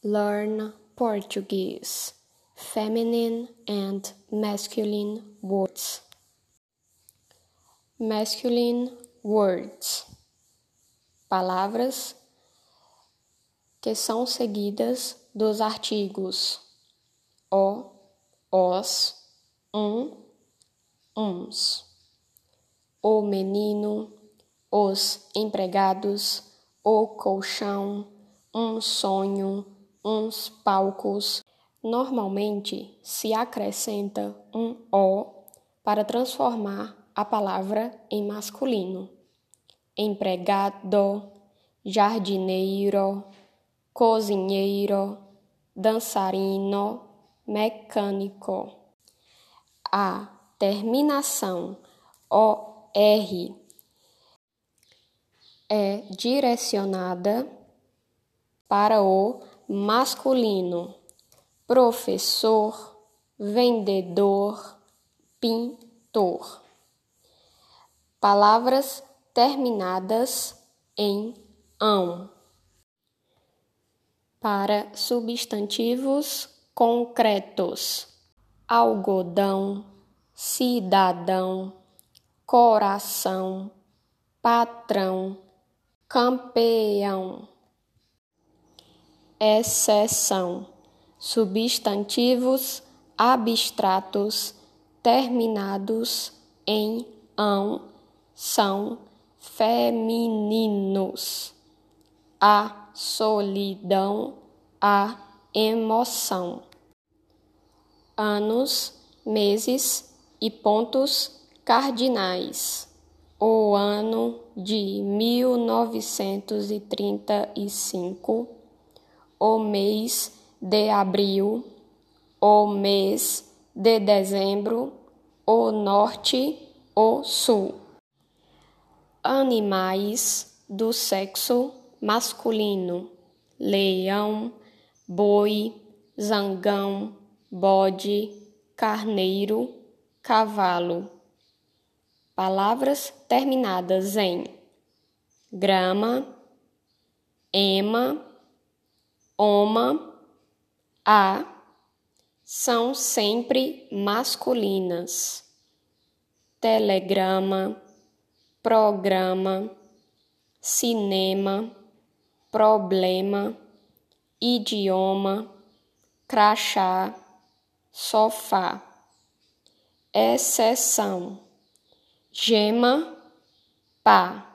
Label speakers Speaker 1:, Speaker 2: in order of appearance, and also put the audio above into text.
Speaker 1: Learn Portuguese. Feminine and masculine words. Masculine words. Palavras que são seguidas dos artigos o, os, uns. O menino, os empregados, o colchão, um sonho, uns palcos. Normalmente se acrescenta um o para transformar a palavra em masculino. Empregado, jardineiro, cozinheiro, dançarino, mecânico. A terminação OR é direcionada para o masculino: professor, vendedor, pintor. Palavras terminadas em ão. Para substantivos concretos: algodão, cidadão, coração, patrão, campeão. Exceção: substantivos abstratos terminados em ão são femininos. A solidão, a emoção. Anos, meses e pontos cardinais. O ano de 1935, o mês de abril, o mês de dezembro, o norte, o sul. Animais do sexo masculino: leão, boi, zangão, bode, carneiro, cavalo. Palavras terminadas em grama, ema, oma, a são sempre masculinas. Telegrama, programa, cinema, problema, idioma, crachá, sofá. Exceção: gema, pá.